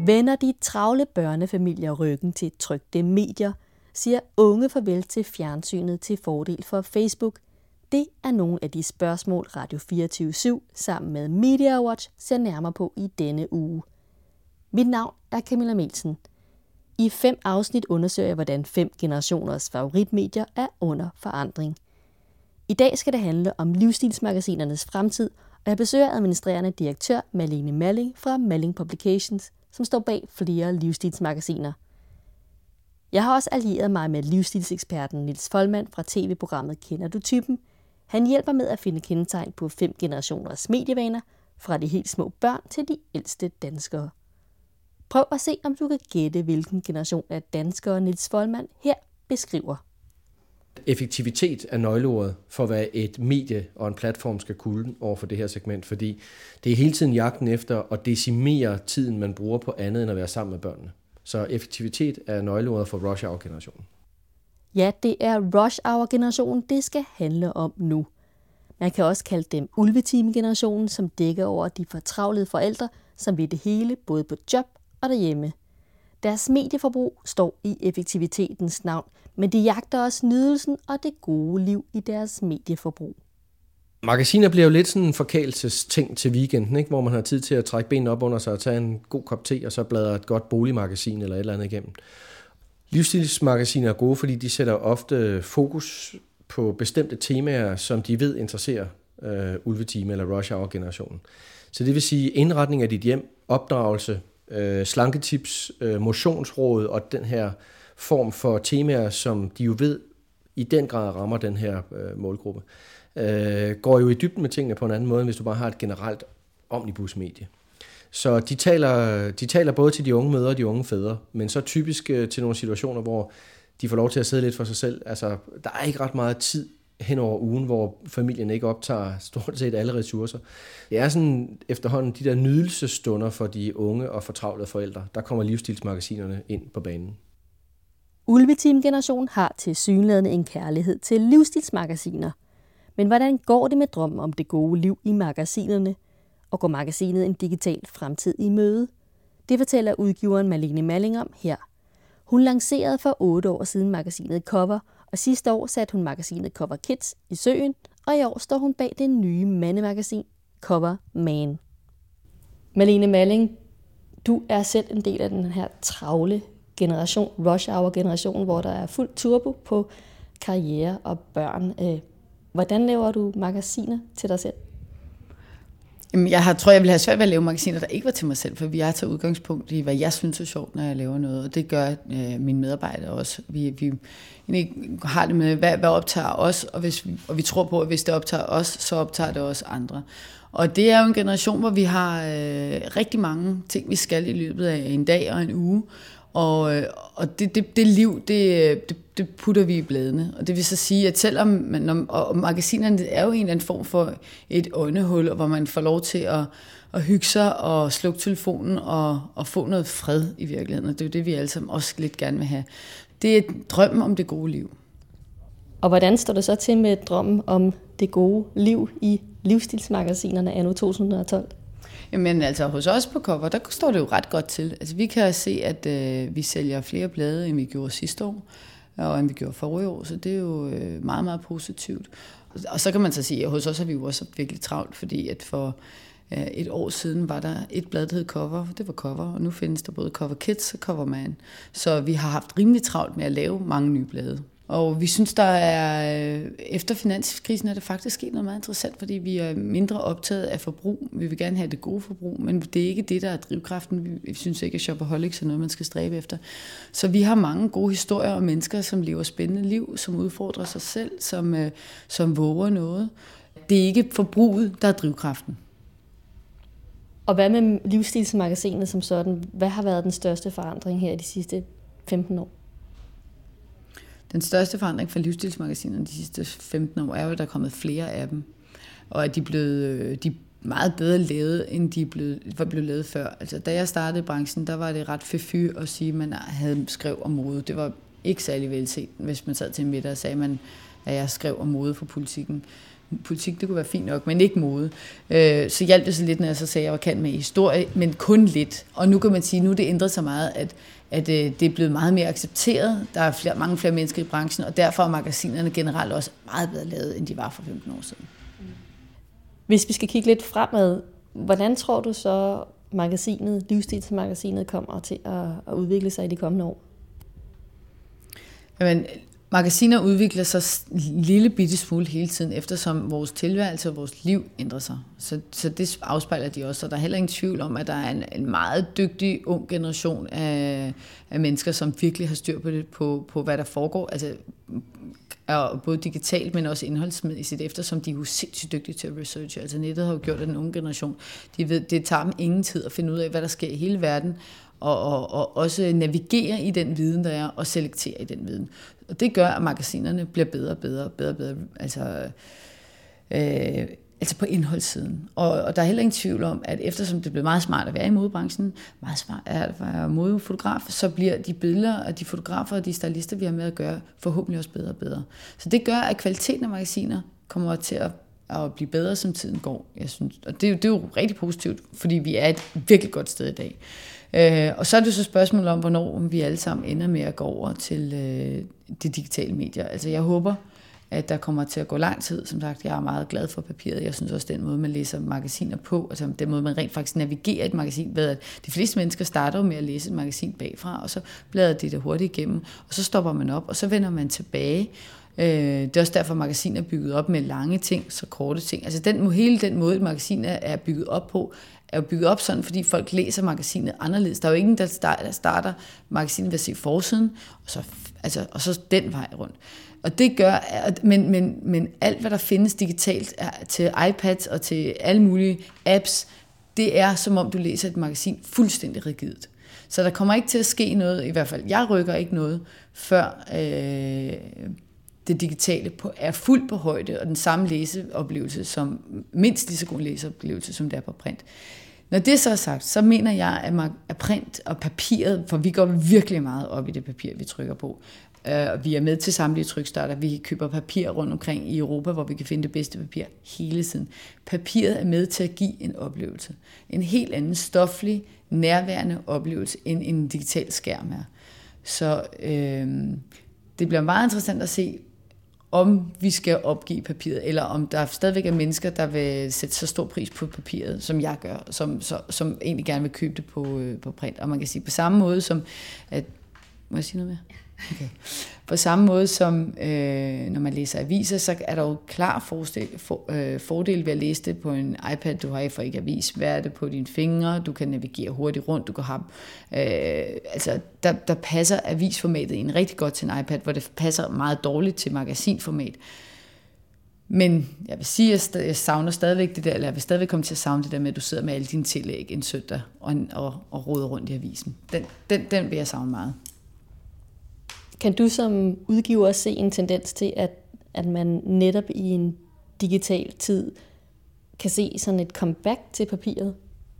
Vender de travle børnefamilier ryggen til trykte medier, siger unge farvel til fjernsynet til fordel for Facebook. Det er nogle af de spørgsmål, Radio 24/7 sammen med Media Watch ser nærmere på i denne uge. Mit navn er Camilla Melsen. I 5 afsnit undersøger jeg, hvordan 5 generationers favoritmedier er under forandring. I dag skal det handle om livsstilsmagasinernes fremtid, og jeg besøger administrerende direktør Malene Malling fra Malling Publications, som står bag flere livsstilsmagasiner. Jeg har også allieret mig med livsstilseksperten Niels Folman fra tv-programmet Kender du typen? Han hjælper med at finde kendetegn på 5 generationers medievaner, fra de helt små børn til de ældste danskere. Prøv at se, om du kan gætte, hvilken generation af danskere Niels Folman her beskriver. Effektivitet er nøgleordet for, hvad et medie og en platform skal kunne over for det her segment, fordi det er hele tiden jagten efter at decimere tiden, man bruger på andet end at være sammen med børnene. Så effektivitet er nøgleordet for rush hour-generationen. Ja, det er rush hour-generationen, det skal handle om nu. Man kan også kalde dem ulvetime-generationen, som dækker over de fortravlede forældre, som vil det hele, både på job og derhjemme. Deres medieforbrug står i effektivitetens navn, men de jagter også nydelsen og det gode liv i deres medieforbrug. Magasiner bliver jo lidt sådan en forkælelsesting til weekenden, ikke? Hvor man har tid til at trække benene op under sig og tage en god kop te, og så bladre et godt boligmagasin eller et eller andet igennem. Livsstilsmagasiner er gode, fordi de sætter ofte fokus på bestemte temaer, som de ved interesserer ulvetime eller rush hour-generationen. Så det vil sige indretning af dit hjem, opdragelse, slanketips, motionsråd og den her form for temaer, som de jo ved i den grad rammer den her målgruppe, går jo i dybden med tingene på en anden måde, end hvis du bare har et generelt omnibusmedie. Så de taler både til de unge mødre og de unge fædre, men så typisk til nogle situationer, hvor de får lov til at sidde lidt for sig selv. Altså, der er ikke ret meget tid hen over ugen, hvor familien ikke optager stort set alle ressourcer. Det er sådan efterhånden de der nydelsesstunder for de unge og fortravlede forældre. Der kommer livsstilsmagasinerne ind på banen. Ulvetime-generationen har tilsyneladende en kærlighed til livsstilsmagasiner. Men hvordan går det med drømmen om det gode liv i magasinerne? Og går magasinet en digital fremtid i møde? Det fortæller udgiveren Malene Malling om her. Hun lancerede for 8 år siden magasinet Cover, og sidste år satte hun magasinet Cover Kids i søen, og i år står hun bag det nye mandemagasin Cover Man. Malene Malling, du er selv en del af den her travle generation, rush hour generation, hvor der er fuld turbo på karriere og børn. Hvordan laver du magasiner til dig selv? Jamen, jeg tror, jeg ville have svært ved at lave magasiner, der ikke var til mig selv, for vi er til udgangspunkt i, hvad jeg synes er sjovt, når jeg laver noget, og det gør mine medarbejdere også. Vi har det med, hvad optager os, og vi tror på, at hvis det optager os, så optager det også andre. Og det er jo en generation, hvor vi har rigtig mange ting, vi skal i løbet af en dag og en uge, og det liv, det putter vi i bladene. Og det vil så sige, at selvom og magasinerne er jo en eller anden form for et åndehul, hvor man får lov til at hygge sig og slukke telefonen og få noget fred i virkeligheden. Og det er jo det, vi alle sammen også lidt gerne vil have. Det er drømmen om det gode liv. Og hvordan står det så til med drømmen om det gode liv i livsstilsmagasinerne anno 2012? Jamen altså hos os på Cover, der står det jo ret godt til. Altså vi kan se, at vi sælger flere blade, end vi gjorde sidste år, og end vi gjorde forrige år, så det er jo meget, meget positivt. Og så kan man så sige, at hos os har vi jo også virkelig travlt, fordi at for et år siden var der et blad, der hed Cover, det var Cover, og nu findes der både Cover Kids og Cover Man. Så vi har haft rimelig travlt med at lave mange nye blade. Og vi synes, der er efter finanskrisen er det faktisk sket noget meget interessant, fordi vi er mindre optaget af forbrug. Vi vil gerne have det gode forbrug, men det er ikke det, der er drivkraften. Vi synes ikke, at shopaholics er noget, man skal stræbe efter. Så vi har mange gode historier om mennesker, som lever spændende liv, som udfordrer sig selv, som våger noget. Det er ikke forbruget, der er drivkraften. Og hvad med livsstilsmagasinet som sådan? Hvad har været den største forandring her de sidste 15 år? Den største forandring for livsstilsmagasinerne de sidste 15 år er jo, at der er kommet flere af dem. Og at de er meget bedre lavet, end de var blevet lavet før. Altså, da jeg startede i branchen, der var det ret fy at sige, at man havde skrev om mode. Det var ikke særlig velset, hvis man sad til en middag og sagde, at jeg skrev om mode for Politikken. politik, det kunne være fint nok, men ikke mode. Så hjalp det så lidt, når jeg så sagde, at jeg var kendt med historie, men kun lidt. Og nu kan man sige, nu det ændret sig meget, at det er blevet meget mere accepteret. Der er mange flere mennesker i branchen, og derfor er magasinerne generelt også meget bedre lavet, end de var for 15 år siden. Hvis vi skal kigge lidt fremad, hvordan tror du så, livsstilsmagasinet kommer til at udvikle sig i de kommende år? Jamen, magasiner udvikler sig lille bitte smule hele tiden, eftersom vores tilværelse og vores liv ændrer sig. Så det afspejler de også. Og der er heller ingen tvivl om, at der er en meget dygtig, ung generation af mennesker, som virkelig har styr på det, på hvad der foregår. Altså, både digitalt, men også indholdsmæssigt, eftersom de er jo sindssygt dygtige til at researche. Altså nettet har jo gjort, at den unge generation, de ved, det tager dem ingen tid at finde ud af, hvad der sker i hele verden, og også navigere i den viden, der er, og selektere i den viden. Og det gør, at magasinerne bliver bedre, altså på indholdssiden. Og der er heller ingen tvivl om, at eftersom det bliver meget smart at være i modebranchen, meget smart at være modefotograf, så bliver de billeder og de fotografer og de stylister, vi har med at gøre, forhåbentlig også bedre og bedre. Så det gør, at kvaliteten af magasiner kommer til at blive bedre, som tiden går. Jeg synes, og det er jo rigtig positivt, fordi vi er et virkelig godt sted i dag. Og så er det så spørgsmål om, hvornår vi alle sammen ender med at gå over til de digitale medier. Altså jeg håber, at der kommer til at gå lang tid. Som sagt, jeg er meget glad for papiret. Jeg synes også, den måde, man læser magasiner på, altså den måde, man rent faktisk navigerer et magasin, ved at de fleste mennesker starter med at læse et magasin bagfra, og så bladrer de det hurtigt igennem, og så stopper man op, og så vender man tilbage. Det er også derfor, at magasiner er bygget op med lange ting, så korte ting. Altså hele den måde, et magasin er bygget op på, er jo bygget op sådan, fordi folk læser magasinet anderledes. Der er jo ingen, der starter magasinet ved at se forsiden, og så den vej rundt. Og det gør, men alt, hvad der findes digitalt til iPads og til alle mulige apps, det er, som om du læser et magasin fuldstændig rigidt. Så der kommer ikke til at ske noget, i hvert fald jeg rykker ikke noget, før det digitale er fuldt på højde, og den samme læseoplevelse, som mindst lige så god læseoplevelse, som det er på print. Når det så er sagt, så mener jeg, at print og papiret, for vi går virkelig meget op i det papir, vi trykker på. Vi er med til samtlige trykstarter. Vi køber papir rundt omkring i Europa, hvor vi kan finde det bedste papir hele tiden. Papiret er med til at give en oplevelse. En helt anden stoflig, nærværende oplevelse, end en digital skærm er. Så det bliver meget interessant at se, om vi skal opgive papiret, eller om der stadigvæk er mennesker, der vil sætte så stor pris på papiret, som jeg gør, som egentlig gerne vil købe det på print. Og man kan sige på samme måde som, at må jeg sige noget mere? Okay. På samme måde som når man læser aviser, så er der jo klar fordel ved at læse det på en iPad. Du har for ikke avis, hvad er det på dine fingre, du kan navigere hurtigt rundt, du kan have, der passer avisformatet ind rigtig godt til en iPad, hvor det passer meget dårligt til magasinformat. Men jeg vil sige, at jeg savner stadigvæk det der, eller jeg vil stadigvæk komme til at savne det der med, at du sidder med alle dine tillæg en søndag og roder rundt i avisen. Den vil jeg savne meget. Kan du som udgiver se en tendens til, at man netop i en digital tid kan se sådan et comeback til papiret?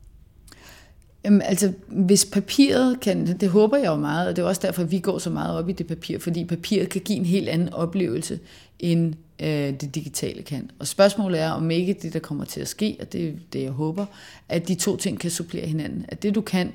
Jamen, altså, hvis papiret kan, det håber jeg jo meget, og det er også derfor, at vi går så meget op i det papir, fordi papiret kan give en helt anden oplevelse, end det digitale kan. Og spørgsmålet er, om ikke det, der kommer til at ske, og det er det, jeg håber, at de to ting kan supplere hinanden. At det, du kan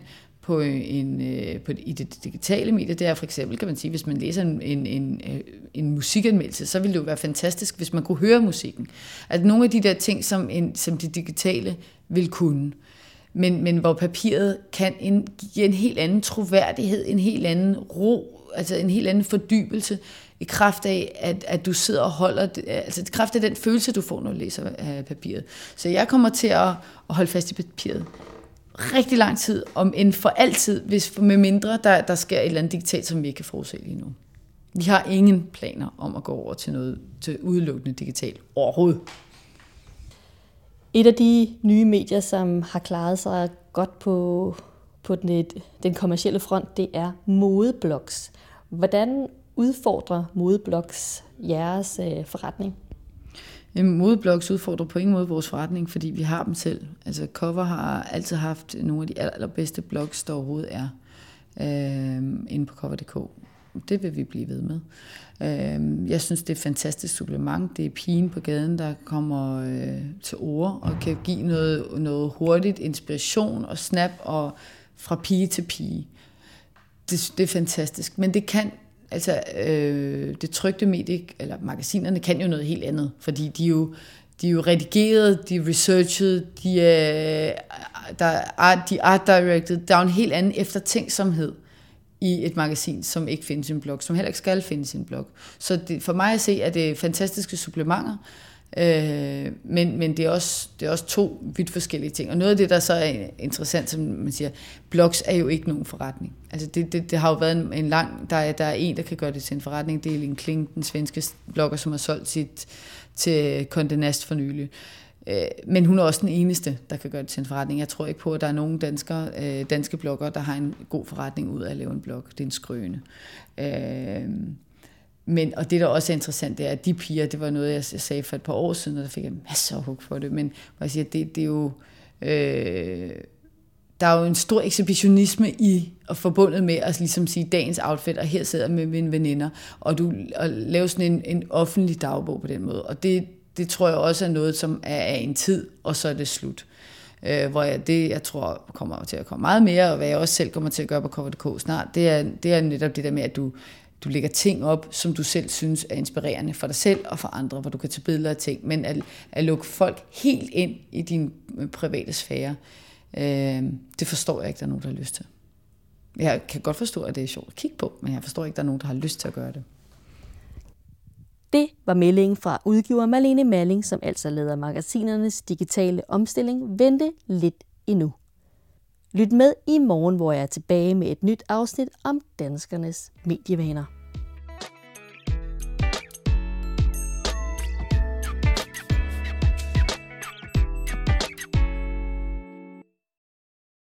i det digitale medie, det er for eksempel, kan man sige, hvis man læser en musikanmeldelse, så ville det jo være fantastisk, hvis man kunne høre musikken. At nogle af de der ting, som det digitale vil kunne, men hvor papiret kan give en helt anden troværdighed, en helt anden ro, altså en helt anden fordybelse, i kraft af, at du sidder og holder, altså i kraft af den følelse, du får, når du læser papiret. Så jeg kommer til at holde fast i papiret rigtig lang tid, om end for altid, hvis med mindre der sker et eller andet digitalt, som vi ikke kan forudse lige nu. Vi har ingen planer om at gå over til udelukkende digitalt overhovedet. Et af de nye medier, som har klaret sig godt på den kommercielle front, det er modeblogs. Hvordan udfordrer modeblogs jeres forretning? Modeblogs udfordrer på ingen måde vores forretning, fordi vi har dem selv. Altså Cover har altid haft nogle af de allerbedste blogs, der overhovedet er inde på cover.dk. Det vil vi blive ved med. Jeg synes, det er et fantastisk supplement. Det er pigen på gaden, der kommer til ord og kan give noget hurtigt inspiration og snap og fra pige til pige. Det er fantastisk. Men det kan, altså det trykte medie, eller magasinerne kan jo noget helt andet, fordi de er jo redigeret, de er researchet, de er art directed. Der er jo en helt anden eftertænksomhed i et magasin, som ikke findes i en blog, som heller ikke skal findes i en blog. Så for mig at se, at det er fantastiske supplementer, men det er også to vidt forskellige ting. Og noget af det, der så er interessant, som man siger, blogs er jo ikke nogen forretning. Altså det har jo været en lang, der er en, der kan gøre det til en forretning. Det er Elin Kling, den svenske blogger, som har solgt sit til Condé Nast for nylig. Men hun er også den eneste, der kan gøre det til en forretning. Jeg tror ikke på, at der er nogen danske bloggere, der har en god forretning ud af at lave en blog. Det er en skrøne. Og det, der også er interessant, det er, at de piger, det var noget, jeg sagde for et par år siden, og der fik jeg masser af hug for det. Men jeg siger, det er jo... der er jo en stor ekshibitionisme i og forbundet med at ligesom sige dagens outfit, og her sidder med mine veninder, og laver sådan en offentlig dagbog på den måde. Og det tror jeg også er noget, som er af en tid, og så er det slut. Hvor jeg tror kommer til at komme meget mere, og hvad jeg også selv kommer til at gøre på Cover.dk snart, det er netop det der med, at du lægger ting op, som du selv synes er inspirerende for dig selv og for andre, hvor du kan tage billeder af ting, men at lukke folk helt ind i din private sfære, det forstår jeg ikke, der er nogen, der har lyst til. Jeg kan godt forstå, at det er sjovt at kigge på, men jeg forstår ikke, der er nogen, der har lyst til at gøre det. Det var meldingen fra udgiver Marlene Malling, som altså leder magasinernes digitale omstilling, vente lidt endnu. Lyt med i morgen, hvor jeg er tilbage med et nyt afsnit om danskernes medievaner.